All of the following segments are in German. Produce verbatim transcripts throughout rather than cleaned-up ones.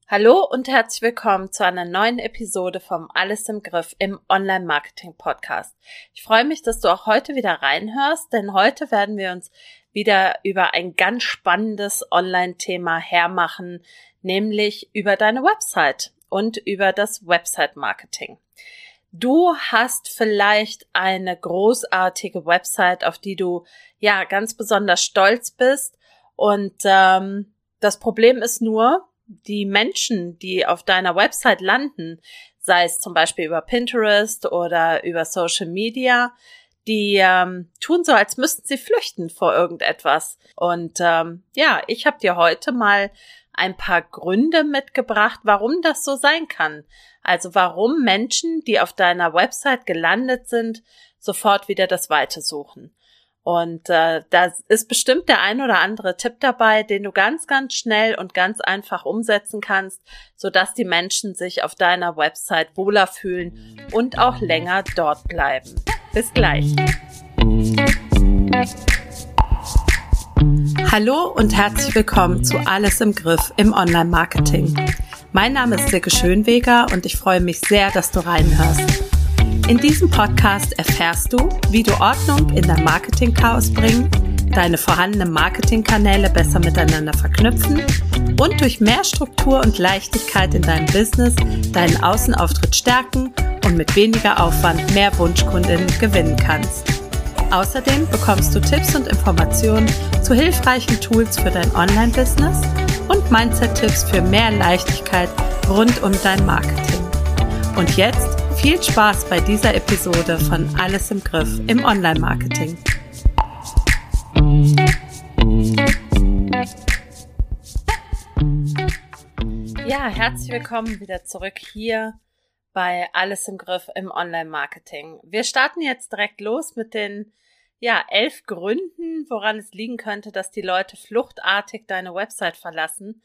Hallo und herzlich willkommen zu einer neuen Episode vom Alles im Griff im Online-Marketing-Podcast. Ich freue mich, dass du auch heute wieder reinhörst, denn heute werden wir uns wieder über ein ganz spannendes Online-Thema hermachen, nämlich über deine Website und über das Website-Marketing. Du hast vielleicht eine großartige Website, auf die du ja ganz besonders stolz bist und ähm, das Problem ist nur, die Menschen, die auf deiner Website landen, sei es zum Beispiel über Pinterest oder über Social Media, die ähm, tun so, als müssten sie flüchten vor irgendetwas. Und ähm, ja, ich habe dir heute mal ein paar Gründe mitgebracht, warum das so sein kann. Also warum Menschen, die auf deiner Website gelandet sind, sofort wieder das Weite suchen. Und äh, da ist bestimmt der ein oder andere Tipp dabei, den du ganz, ganz schnell und ganz einfach umsetzen kannst, sodass die Menschen sich auf deiner Website wohler fühlen und auch länger dort bleiben. Bis gleich. Hallo und herzlich willkommen zu Alles im Griff im Online-Marketing. Mein Name ist Silke Schönweger und ich freue mich sehr, dass du reinhörst. In diesem Podcast erfährst du, wie du Ordnung in dein Marketing-Chaos bringen, deine vorhandenen Marketingkanäle besser miteinander verknüpfen und durch mehr Struktur und Leichtigkeit in deinem Business deinen Außenauftritt stärken und mit weniger Aufwand mehr Wunschkundinnen gewinnen kannst. Außerdem bekommst du Tipps und Informationen zu hilfreichen Tools für dein Online-Business und Mindset-Tipps für mehr Leichtigkeit rund um dein Marketing. Und jetzt viel Spaß bei dieser Episode von Alles im Griff im Online-Marketing. Ja, herzlich willkommen wieder zurück hier bei Alles im Griff im Online-Marketing. Wir starten jetzt direkt los mit den ja, elf Gründen, woran es liegen könnte, dass die Leute fluchtartig deine Website verlassen.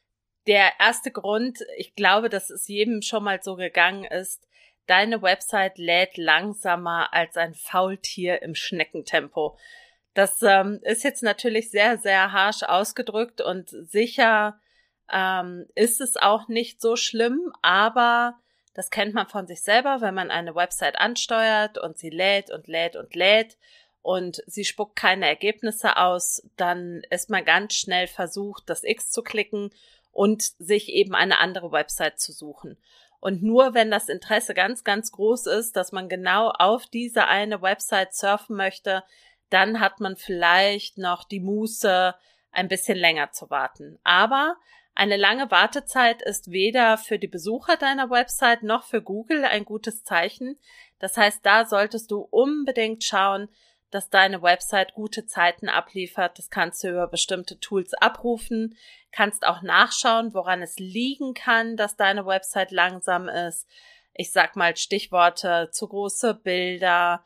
Der erste Grund, ich glaube, dass es jedem schon mal so gegangen ist, deine Website lädt langsamer als ein Faultier im Schneckentempo. Das ähm, ist jetzt natürlich sehr, sehr harsch ausgedrückt und sicher ähm, ist es auch nicht so schlimm, aber das kennt man von sich selber, wenn man eine Website ansteuert und sie lädt und lädt und lädt und sie spuckt keine Ergebnisse aus, dann ist man ganz schnell versucht, das X zu klicken und sich eben eine andere Website zu suchen. Und nur wenn das Interesse ganz, ganz groß ist, dass man genau auf diese eine Website surfen möchte, dann hat man vielleicht noch die Muße, ein bisschen länger zu warten. Aber eine lange Wartezeit ist weder für die Besucher deiner Website noch für Google ein gutes Zeichen. Das heißt, da solltest du unbedingt schauen, dass deine Website gute Zeiten abliefert. Das kannst du über bestimmte Tools abrufen, kannst auch nachschauen, woran es liegen kann, dass deine Website langsam ist. Ich sag mal Stichworte, zu große Bilder.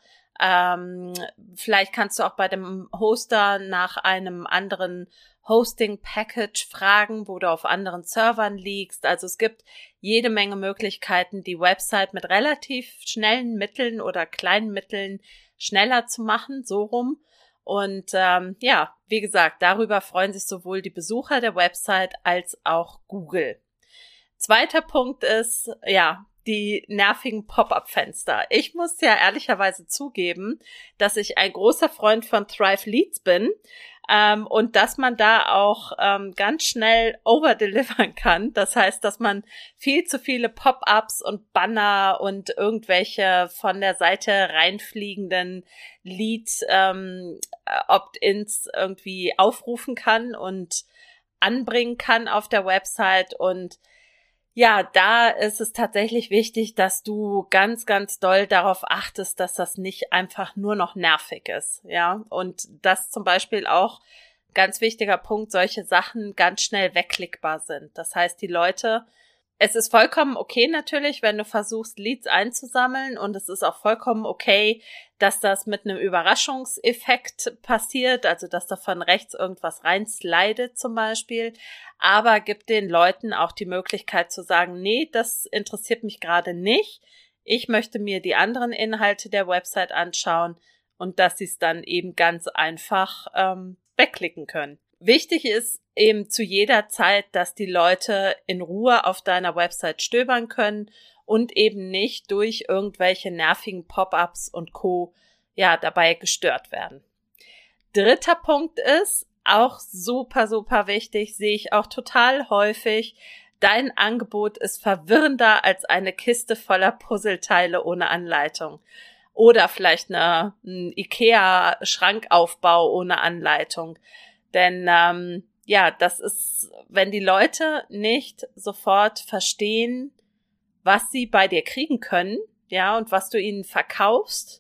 Ähm, vielleicht kannst du auch bei dem Hoster nach einem anderen Hosting-Package fragen, wo du auf anderen Servern liegst. Also es gibt jede Menge Möglichkeiten, die Website mit relativ schnellen Mitteln oder kleinen Mitteln schneller zu machen, so rum. Und ähm, ja, wie gesagt, darüber freuen sich sowohl die Besucher der Website als auch Google. Zweiter Punkt ist, ja, die nervigen Pop-up-Fenster. Ich muss ja ehrlicherweise zugeben, dass ich ein großer Freund von Thrive Leads bin ähm, und dass man da auch ähm, ganz schnell overdelivern kann. Das heißt, dass man viel zu viele Pop-ups und Banner und irgendwelche von der Seite reinfliegenden Lead-Opt-ins ähm, irgendwie aufrufen kann und anbringen kann auf der Website. Und ja, da ist es tatsächlich wichtig, dass du ganz, ganz doll darauf achtest, dass das nicht einfach nur noch nervig ist, ja, und dass zum Beispiel auch, ganz wichtiger Punkt, solche Sachen ganz schnell wegklickbar sind. Das heißt, die Leute, es ist vollkommen okay natürlich, wenn du versuchst, Leads einzusammeln, und es ist auch vollkommen okay, dass das mit einem Überraschungseffekt passiert, also dass da von rechts irgendwas reinslidet zum Beispiel, aber gib den Leuten auch die Möglichkeit zu sagen, nee, das interessiert mich gerade nicht, ich möchte mir die anderen Inhalte der Website anschauen, und dass sie es dann eben ganz einfach ähm, wegklicken können. Wichtig ist eben zu jeder Zeit, dass die Leute in Ruhe auf deiner Website stöbern können und eben nicht durch irgendwelche nervigen Pop-ups und Co. ja dabei gestört werden. Dritter Punkt ist, auch super, super wichtig, sehe ich auch total häufig, dein Angebot ist verwirrender als eine Kiste voller Puzzleteile ohne Anleitung. Oder vielleicht eine, ein IKEA-Schrankaufbau ohne Anleitung. Denn ähm, ja, das ist, wenn die Leute nicht sofort verstehen, was sie bei dir kriegen können, ja, und was du ihnen verkaufst,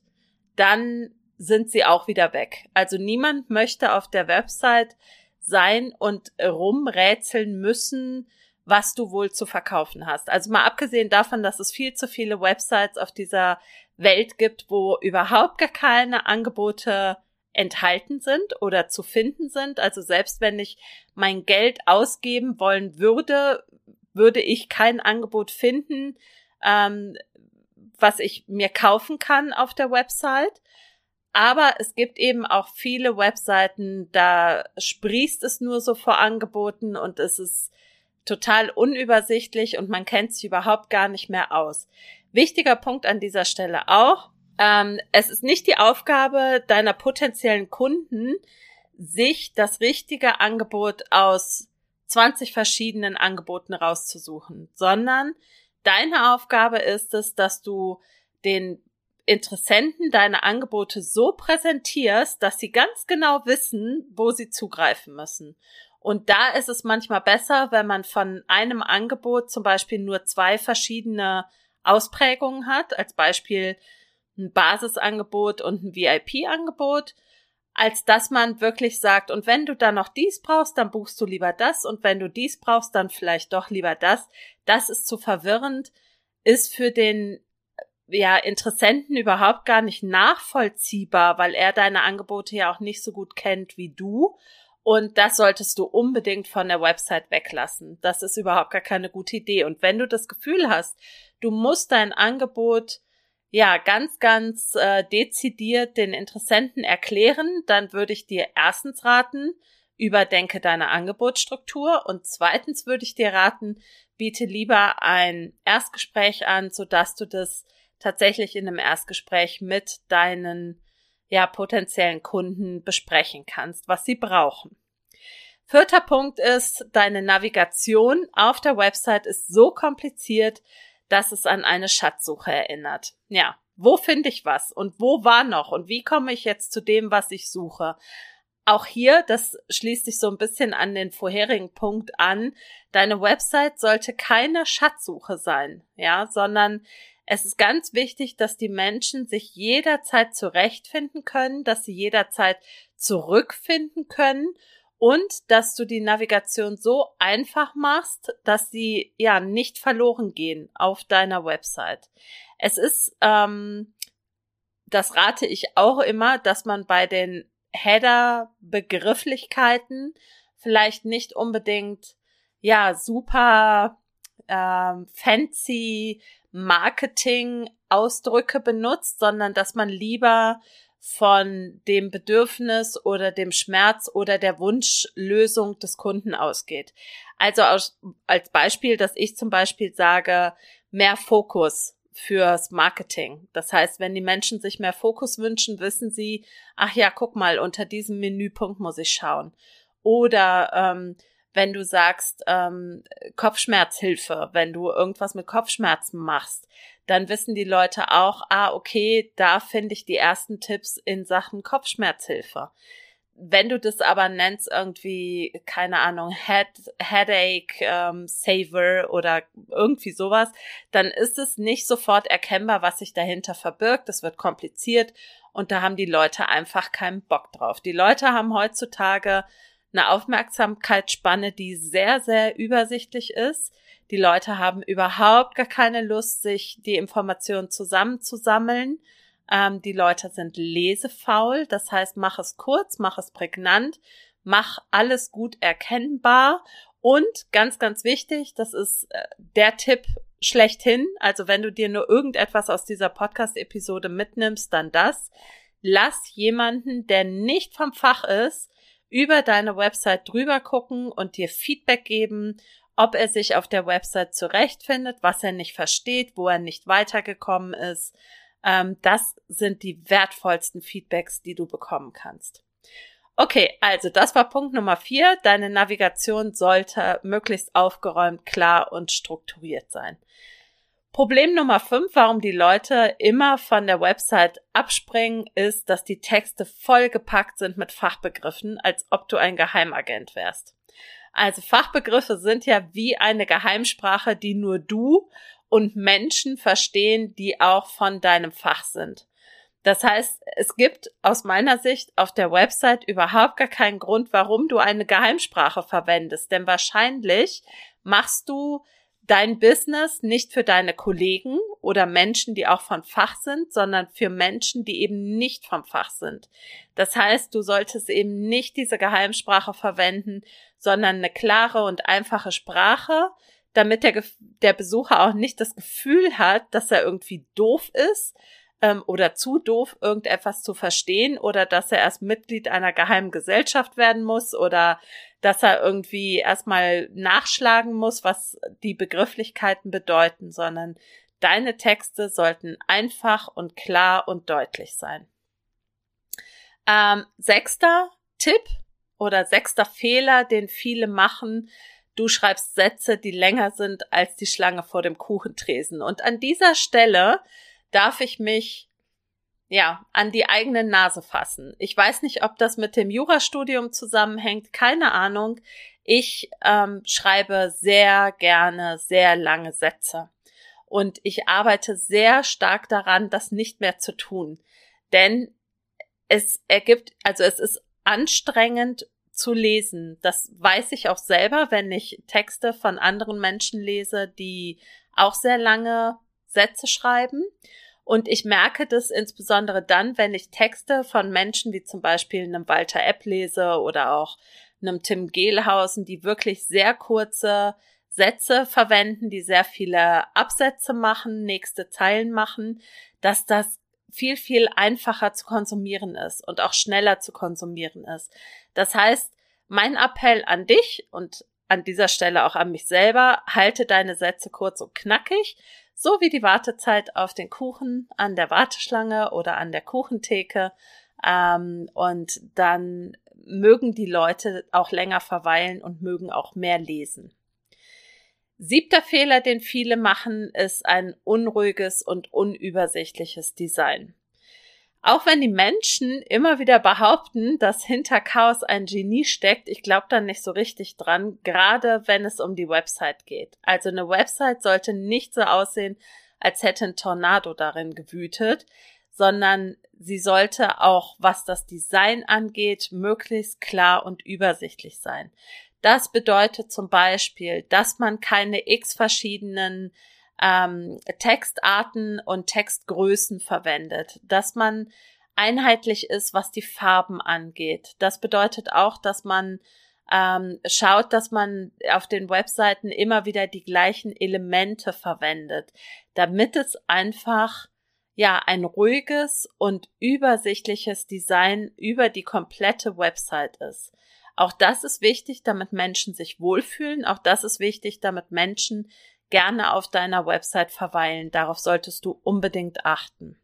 dann sind sie auch wieder weg. Also niemand möchte auf der Website sein und rumrätseln müssen, was du wohl zu verkaufen hast. Also mal abgesehen davon, dass es viel zu viele Websites auf dieser Welt gibt, wo überhaupt gar keine Angebote enthalten sind oder zu finden sind. Also selbst wenn ich mein Geld ausgeben wollen würde, würde ich kein Angebot finden, ähm, was ich mir kaufen kann auf der Website. Aber es gibt eben auch viele Webseiten, da sprießt es nur so vor Angeboten und es ist total unübersichtlich und man kennt sich überhaupt gar nicht mehr aus. Wichtiger Punkt an dieser Stelle auch, ähm, es ist nicht die Aufgabe deiner potenziellen Kunden, sich das richtige Angebot aus zwanzig verschiedenen Angeboten rauszusuchen, sondern deine Aufgabe ist es, dass du den Interessenten deine Angebote so präsentierst, dass sie ganz genau wissen, wo sie zugreifen müssen. Und da ist es manchmal besser, wenn man von einem Angebot zum Beispiel nur zwei verschiedene Ausprägungen hat, als Beispiel ein Basisangebot und ein V I P-Angebot, als dass man wirklich sagt, und wenn du dann noch dies brauchst, dann buchst du lieber das, und wenn du dies brauchst, dann vielleicht doch lieber das. Das ist zu verwirrend, ist für den ja Interessenten überhaupt gar nicht nachvollziehbar, weil er deine Angebote ja auch nicht so gut kennt wie du. Und das solltest du unbedingt von der Website weglassen. Das ist überhaupt gar keine gute Idee. Und wenn du das Gefühl hast, du musst dein Angebot ja ganz, ganz äh, dezidiert den Interessenten erklären, dann würde ich dir erstens raten, überdenke deine Angebotsstruktur, und zweitens würde ich dir raten, biete lieber ein Erstgespräch an, sodass du das tatsächlich in einem Erstgespräch mit deinen ja potenziellen Kunden besprechen kannst, was sie brauchen. Vierter Punkt ist, deine Navigation auf der Website ist so kompliziert, dass es an eine Schatzsuche erinnert. Ja, wo finde ich was und wo war noch und wie komme ich jetzt zu dem, was ich suche? Auch hier, das schließt sich so ein bisschen an den vorherigen Punkt an, deine Website sollte keine Schatzsuche sein, ja, sondern es ist ganz wichtig, dass die Menschen sich jederzeit zurechtfinden können, dass sie jederzeit zurückfinden können und dass du die Navigation so einfach machst, dass sie ja nicht verloren gehen auf deiner Website. Es ist, ähm, das rate ich auch immer, dass man bei den Header-Begrifflichkeiten vielleicht nicht unbedingt ja super ähm, fancy Marketing-Ausdrücke benutzt, sondern dass man lieber von dem Bedürfnis oder dem Schmerz oder der Wunschlösung des Kunden ausgeht. Also aus, als Beispiel, dass ich zum Beispiel sage, mehr Fokus fürs Marketing. Das heißt, wenn die Menschen sich mehr Fokus wünschen, wissen sie, ach ja, guck mal, unter diesem Menüpunkt muss ich schauen. Oder ähm, wenn du sagst, ähm, Kopfschmerzhilfe, wenn du irgendwas mit Kopfschmerzen machst, dann wissen die Leute auch, ah, okay, da finde ich die ersten Tipps in Sachen Kopfschmerzhilfe. Wenn du das aber nennst irgendwie, keine Ahnung, Head, Headache ähm, Saver oder irgendwie sowas, dann ist es nicht sofort erkennbar, was sich dahinter verbirgt. Das wird kompliziert und da haben die Leute einfach keinen Bock drauf. Die Leute haben heutzutage eine Aufmerksamkeitsspanne, die sehr, sehr übersichtlich ist. Die Leute haben überhaupt gar keine Lust, sich die Informationen zusammenzusammeln. Ähm, die Leute sind lesefaul, das heißt, mach es kurz, mach es prägnant, mach alles gut erkennbar und ganz, ganz wichtig, das ist äh, der Tipp schlechthin, also wenn du dir nur irgendetwas aus dieser Podcast-Episode mitnimmst, dann das. Lass jemanden, der nicht vom Fach ist, über deine Website drüber gucken und dir Feedback geben, ob er sich auf der Website zurechtfindet, was er nicht versteht, wo er nicht weitergekommen ist. Ähm, das sind die wertvollsten Feedbacks, die du bekommen kannst. Okay, also das war Punkt Nummer vier. Deine Navigation sollte möglichst aufgeräumt, klar und strukturiert sein. Problem Nummer fünf, warum die Leute immer von der Website abspringen, ist, dass die Texte vollgepackt sind mit Fachbegriffen, als ob du ein Geheimagent wärst. Also Fachbegriffe sind ja wie eine Geheimsprache, die nur du und Menschen verstehen, die auch von deinem Fach sind. Das heißt, es gibt aus meiner Sicht auf der Website überhaupt gar keinen Grund, warum du eine Geheimsprache verwendest. Denn wahrscheinlich machst du dein Business nicht für deine Kollegen oder Menschen, die auch von Fach sind, sondern für Menschen, die eben nicht vom Fach sind. Das heißt, du solltest eben nicht diese Geheimsprache verwenden, sondern eine klare und einfache Sprache, damit der, der Besucher auch nicht das Gefühl hat, dass er irgendwie doof ist, oder zu doof, irgendetwas zu verstehen oder dass er erst Mitglied einer geheimen Gesellschaft werden muss oder dass er irgendwie erstmal nachschlagen muss, was die Begrifflichkeiten bedeuten, sondern deine Texte sollten einfach und klar und deutlich sein. Ähm, sechster Tipp oder sechster Fehler, den viele machen: Du schreibst Sätze, die länger sind als die Schlange vor dem Kuchentresen. Und an dieser Stelle darf ich mich, ja, an die eigene Nase fassen. Ich weiß nicht, ob das mit dem Jurastudium zusammenhängt, keine Ahnung. Ich ähm, schreibe sehr gerne sehr lange Sätze. Und ich arbeite sehr stark daran, das nicht mehr zu tun. Denn es ergibt, also es ist anstrengend zu lesen. Das weiß ich auch selber, wenn ich Texte von anderen Menschen lese, die auch sehr lange Sätze schreiben. Und ich merke das insbesondere dann, wenn ich Texte von Menschen wie zum Beispiel einem Walter Epp lese oder auch einem Tim Gehlhausen, die wirklich sehr kurze Sätze verwenden, die sehr viele Absätze machen, nächste Zeilen machen, dass das viel, viel einfacher zu konsumieren ist und auch schneller zu konsumieren ist. Das heißt, mein Appell an dich und an dieser Stelle auch an mich selber: Halte deine Sätze kurz und knackig, so wie die Wartezeit auf den Kuchen an der Warteschlange oder an der Kuchentheke. Ähm, und dann mögen die Leute auch länger verweilen und mögen auch mehr lesen. Siebter Fehler, den viele machen, ist ein unruhiges und unübersichtliches Design. Auch wenn die Menschen immer wieder behaupten, dass hinter Chaos ein Genie steckt, ich glaube da nicht so richtig dran, gerade wenn es um die Website geht. Also eine Website sollte nicht so aussehen, als hätte ein Tornado darin gewütet, sondern sie sollte auch, was das Design angeht, möglichst klar und übersichtlich sein. Das bedeutet zum Beispiel, dass man keine x verschiedenen ähm, Textarten und Textgrößen verwendet, dass man einheitlich ist, was die Farben angeht. Das bedeutet auch, dass man ähm, schaut, dass man auf den Webseiten immer wieder die gleichen Elemente verwendet, damit es einfach ja ein ruhiges und übersichtliches Design über die komplette Website ist. Auch das ist wichtig, damit Menschen sich wohlfühlen. Auch das ist wichtig, damit Menschen gerne auf deiner Website verweilen. Darauf solltest du unbedingt achten.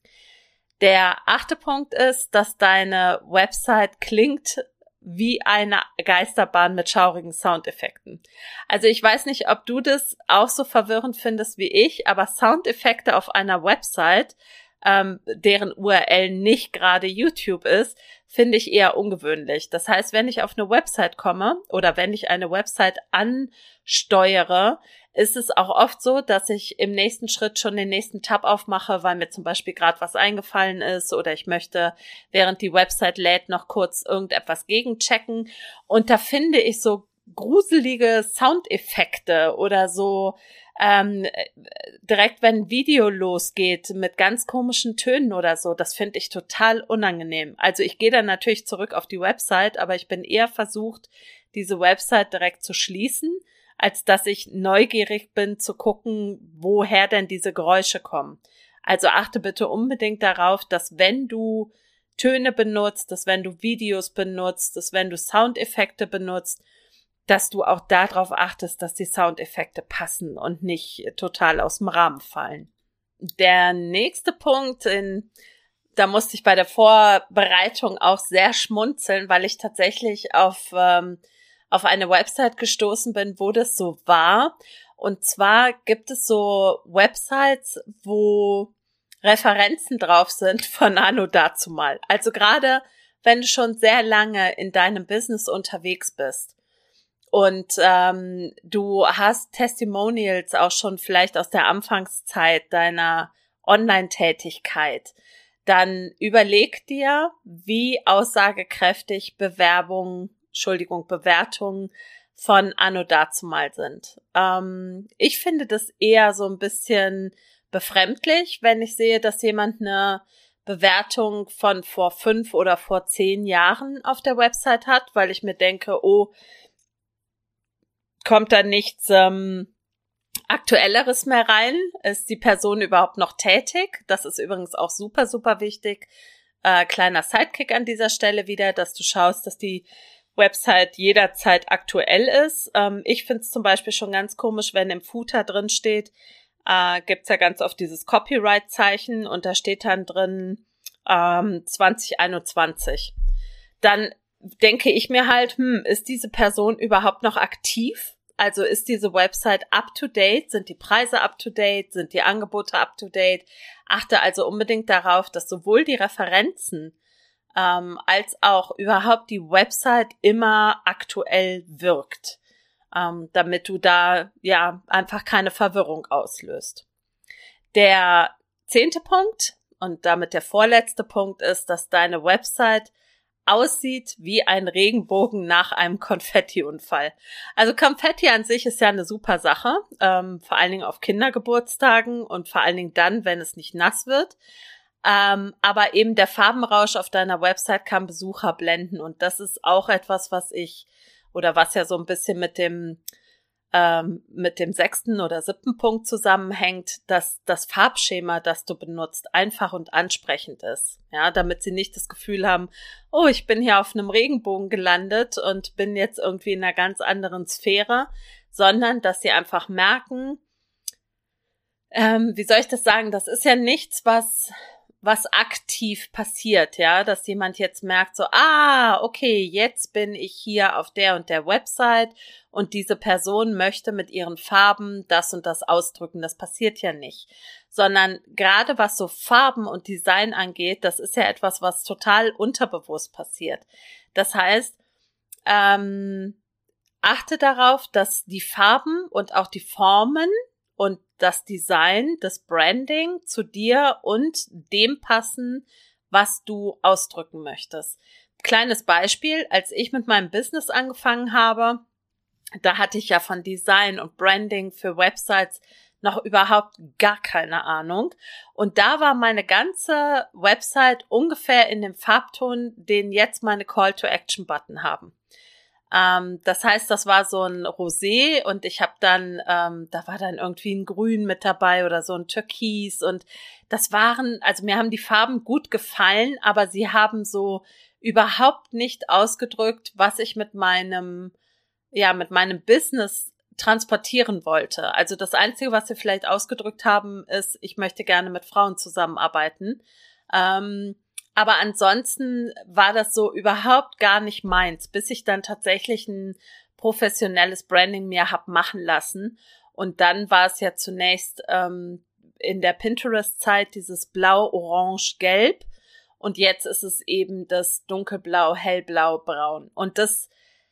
Der achte Punkt ist, dass deine Website klingt wie eine Geisterbahn mit schaurigen Soundeffekten. Also ich weiß nicht, ob du das auch so verwirrend findest wie ich, aber Soundeffekte auf einer Website, ähm, deren U R L nicht gerade YouTube ist, finde ich eher ungewöhnlich. Das heißt, wenn ich auf eine Website komme oder wenn ich eine Website ansteuere, ist es auch oft so, dass ich im nächsten Schritt schon den nächsten Tab aufmache, weil mir zum Beispiel gerade was eingefallen ist oder ich möchte, während die Website lädt, noch kurz irgendetwas gegenchecken. Und da finde ich so gruselige Soundeffekte oder so ähm, direkt, wenn ein Video losgeht mit ganz komischen Tönen oder so. Das finde ich total unangenehm. Also ich gehe dann natürlich zurück auf die Website, aber ich bin eher versucht, diese Website direkt zu schließen, als dass ich neugierig bin zu gucken, woher denn diese Geräusche kommen. Also achte bitte unbedingt darauf, dass wenn du Töne benutzt, dass wenn du Videos benutzt, dass wenn du Soundeffekte benutzt, dass du auch darauf achtest, dass die Soundeffekte passen und nicht total aus dem Rahmen fallen. Der nächste Punkt, in, da musste ich bei der Vorbereitung auch sehr schmunzeln, weil ich tatsächlich auf, ähm, auf eine Website gestoßen bin, wo das so war. Und zwar gibt es so Websites, wo Referenzen drauf sind von anno dazumal. Also gerade, wenn du schon sehr lange in deinem Business unterwegs bist und ähm, du hast Testimonials auch schon vielleicht aus der Anfangszeit deiner Online-Tätigkeit, dann überleg dir, wie aussagekräftig Bewerbungen, Entschuldigung, Bewertungen von anno dazumal sind. Ähm, ich finde das eher so ein bisschen befremdlich, wenn ich sehe, dass jemand eine Bewertung von vor fünf oder vor zehn Jahren auf der Website hat, weil ich mir denke, oh, kommt da nichts ähm, Aktuelleres mehr rein? Ist die Person überhaupt noch tätig? Das ist übrigens auch super, super wichtig. Äh, kleiner Sidekick an dieser Stelle wieder, dass du schaust, dass die Website jederzeit aktuell ist. Ähm, ich finde es zum Beispiel schon ganz komisch, wenn im Footer drin steht, äh, gibt's ja ganz oft dieses Copyright-Zeichen und da steht dann drin ähm, zwanzig einundzwanzig. Dann denke ich mir halt, hm, ist diese Person überhaupt noch aktiv? Also ist diese Website up-to-date? Sind die Preise up-to-date? Sind die Angebote up-to-date? Achte also unbedingt darauf, dass sowohl die Referenzen ähm, als auch überhaupt die Website immer aktuell wirkt, ähm, damit du da ja einfach keine Verwirrung auslöst. Der zehnte Punkt und damit der vorletzte Punkt ist, dass deine Website aussieht wie ein Regenbogen nach einem Konfettiunfall. Also Konfetti an sich ist ja eine super Sache, ähm, vor allen Dingen auf Kindergeburtstagen und vor allen Dingen dann, wenn es nicht nass wird. Ähm, aber eben der Farbenrausch auf deiner Website kann Besucher blenden und das ist auch etwas, was ich oder was ja so ein bisschen mit dem ähm, mit dem sechsten oder siebten Punkt zusammenhängt, dass das Farbschema, das du benutzt, einfach und ansprechend ist. Ja, damit sie nicht das Gefühl haben, oh, ich bin hier auf einem Regenbogen gelandet und bin jetzt irgendwie in einer ganz anderen Sphäre, sondern dass sie einfach merken, ähm, wie soll ich das sagen, das ist ja nichts, was was aktiv passiert, ja, dass jemand jetzt merkt so, ah, okay, jetzt bin ich hier auf der und der Website und diese Person möchte mit ihren Farben das und das ausdrücken. Das passiert ja nicht, sondern gerade was so Farben und Design angeht, das ist ja etwas, was total unterbewusst passiert. Das heißt, ähm, achte darauf, dass die Farben und auch die Formen und das Design, das Branding zu dir und dem passen, was du ausdrücken möchtest. Kleines Beispiel, als ich mit meinem Business angefangen habe, da hatte ich ja von Design und Branding für Websites noch überhaupt gar keine Ahnung. Und da war meine ganze Website ungefähr in dem Farbton, den jetzt meine Call-to-Action-Button haben. Ähm, das heißt, das war so ein Rosé und ich habe dann, ähm, da war dann irgendwie ein Grün mit dabei oder so ein Türkis und das waren, also mir haben die Farben gut gefallen, aber sie haben so überhaupt nicht ausgedrückt, was ich mit meinem, ja, mit meinem Business transportieren wollte. Also das Einzige, was sie vielleicht ausgedrückt haben, ist, ich möchte gerne mit Frauen zusammenarbeiten. Ähm, Aber ansonsten war das so überhaupt gar nicht meins, bis ich dann tatsächlich ein professionelles Branding mir hab machen lassen. Und dann war es ja zunächst ähm, in der Pinterest-Zeit dieses Blau, Orange, Gelb. Und jetzt ist es eben das Dunkelblau, Hellblau, Braun. Und das,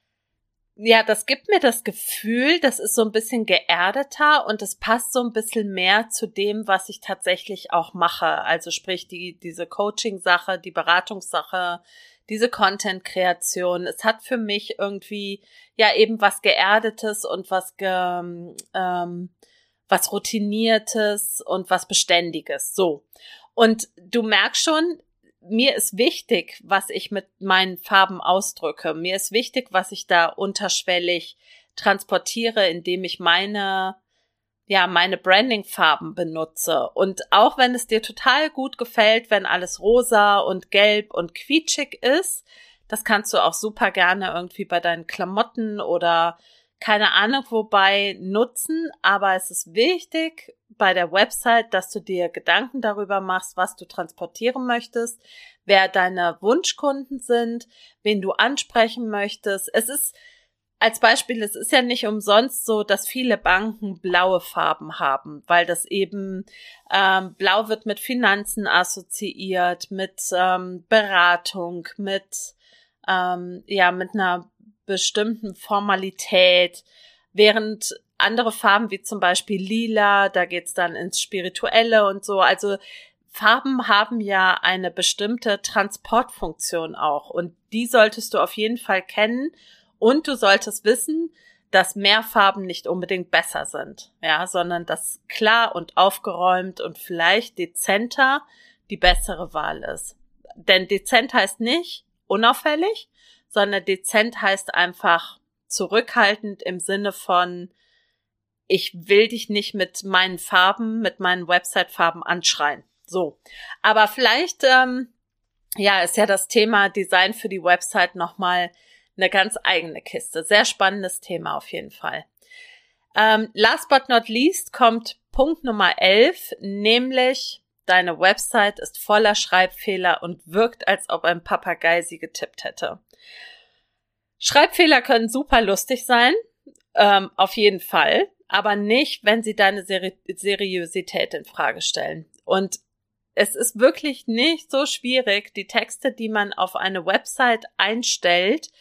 ja, das gibt mir das Gefühl, das ist so ein bisschen geerdeter und es passt so ein bisschen mehr zu dem, was ich tatsächlich auch mache. Also sprich die diese Coaching-Sache, die Beratungssache, diese Content-Kreation. Es hat für mich irgendwie ja eben was Geerdetes und was ge, ähm, was Routiniertes und was Beständiges. So. Und du merkst schon, mir ist wichtig, was ich mit meinen Farben ausdrücke. Mir ist wichtig, was ich da unterschwellig transportiere, indem ich meine, ja, meine Branding-Farben benutze. Und auch wenn es dir total gut gefällt, wenn alles rosa und gelb und quietschig ist, das kannst du auch super gerne irgendwie bei deinen Klamotten oder keine Ahnung wobei nutzen. Aber es ist wichtig bei der Website, dass du dir Gedanken darüber machst, was du transportieren möchtest, wer deine Wunschkunden sind, wen du ansprechen möchtest. Es ist Als Beispiel, es ist ja nicht umsonst so, dass viele Banken blaue Farben haben, weil das eben, ähm, blau wird mit Finanzen assoziiert, mit ähm, Beratung, mit, ähm, ja, mit einer bestimmten Formalität, während andere Farben wie zum Beispiel lila, da geht's dann ins Spirituelle und so, also Farben haben ja eine bestimmte Transportfunktion auch und die solltest du auf jeden Fall kennen. Und du solltest wissen, dass mehr Farben nicht unbedingt besser sind, ja, sondern dass klar und aufgeräumt und vielleicht dezenter die bessere Wahl ist. Denn dezent heißt nicht unauffällig, sondern dezent heißt einfach zurückhaltend im Sinne von, ich will dich nicht mit meinen Farben, mit meinen Website-Farben anschreien. So. Aber vielleicht, ähm, ja, ist ja das Thema Design für die Website nochmal eine ganz eigene Kiste. Sehr spannendes Thema auf jeden Fall. Ähm, last but not least kommt Punkt Nummer elf, nämlich deine Website ist voller Schreibfehler und wirkt, als ob ein Papagei sie getippt hätte. Schreibfehler können super lustig sein, ähm, auf jeden Fall, aber nicht, wenn sie deine Seri- Seriosität in Frage stellen. Und es ist wirklich nicht so schwierig, die Texte, die man auf eine Website einstellt,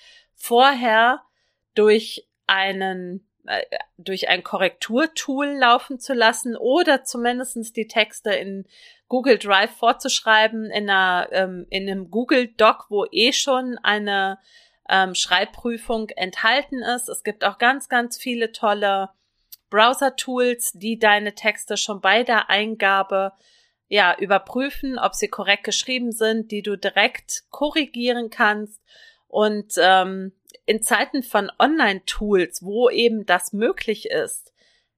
vorher durch einen äh, durch ein Korrekturtool laufen zu lassen oder zumindestens die Texte in Google Drive vorzuschreiben, in einer ähm, in einem Google Doc, wo eh schon eine ähm, Schreibprüfung enthalten ist. Es gibt auch ganz, ganz viele tolle Browser-Tools, die deine Texte schon bei der Eingabe ja überprüfen, ob sie korrekt geschrieben sind, die du direkt korrigieren kannst. Und ähm, in Zeiten von Online-Tools, wo eben das möglich ist,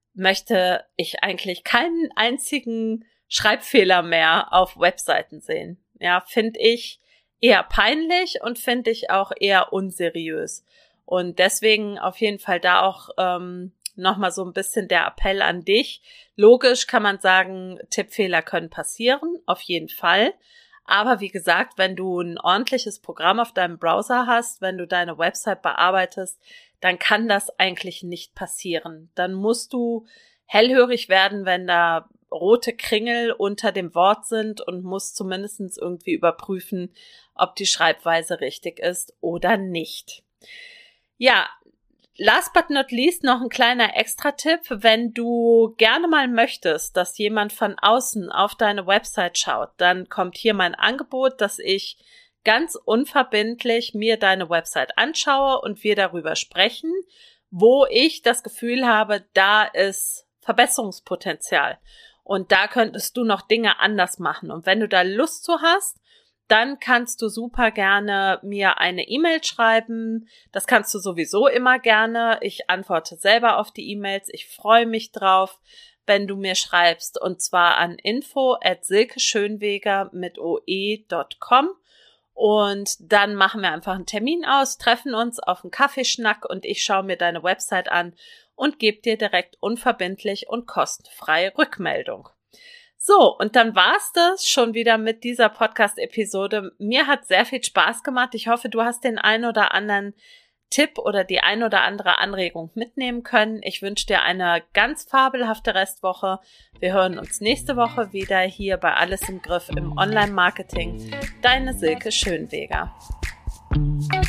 möchte ich eigentlich keinen einzigen Schreibfehler mehr auf Webseiten sehen. Ja, finde ich eher peinlich und finde ich auch eher unseriös. Und deswegen auf jeden Fall da auch ähm, nochmal so ein bisschen der Appell an dich. Logisch kann man sagen, Tippfehler können passieren, auf jeden Fall. Aber wie gesagt, wenn du ein ordentliches Programm auf deinem Browser hast, wenn du deine Website bearbeitest, dann kann das eigentlich nicht passieren. Dann musst du hellhörig werden, wenn da rote Kringel unter dem Wort sind und musst zumindest irgendwie überprüfen, ob die Schreibweise richtig ist oder nicht. Ja, last but not least noch ein kleiner Extra-Tipp, wenn du gerne mal möchtest, dass jemand von außen auf deine Website schaut, dann kommt hier mein Angebot, dass ich ganz unverbindlich mir deine Website anschaue und wir darüber sprechen, wo ich das Gefühl habe, da ist Verbesserungspotenzial und da könntest du noch Dinge anders machen. Und wenn du da Lust zu hast, dann kannst du super gerne mir eine E-Mail schreiben. Das kannst du sowieso immer gerne. Ich antworte selber auf die E-Mails. Ich freue mich drauf, wenn du mir schreibst. Und zwar an info at silkeschönweger mit oe dot com. Und dann machen wir einfach einen Termin aus, treffen uns auf einen Kaffeeschnack und ich schaue mir deine Website an und gebe dir direkt unverbindlich und kostenfrei Rückmeldung. So, und dann war's das schon wieder mit dieser Podcast-Episode. Mir hat sehr viel Spaß gemacht. Ich hoffe, du hast den ein oder anderen Tipp oder die ein oder andere Anregung mitnehmen können. Ich wünsche dir eine ganz fabelhafte Restwoche. Wir hören uns nächste Woche wieder hier bei Alles im Griff im Online-Marketing. Deine Silke Schönweger.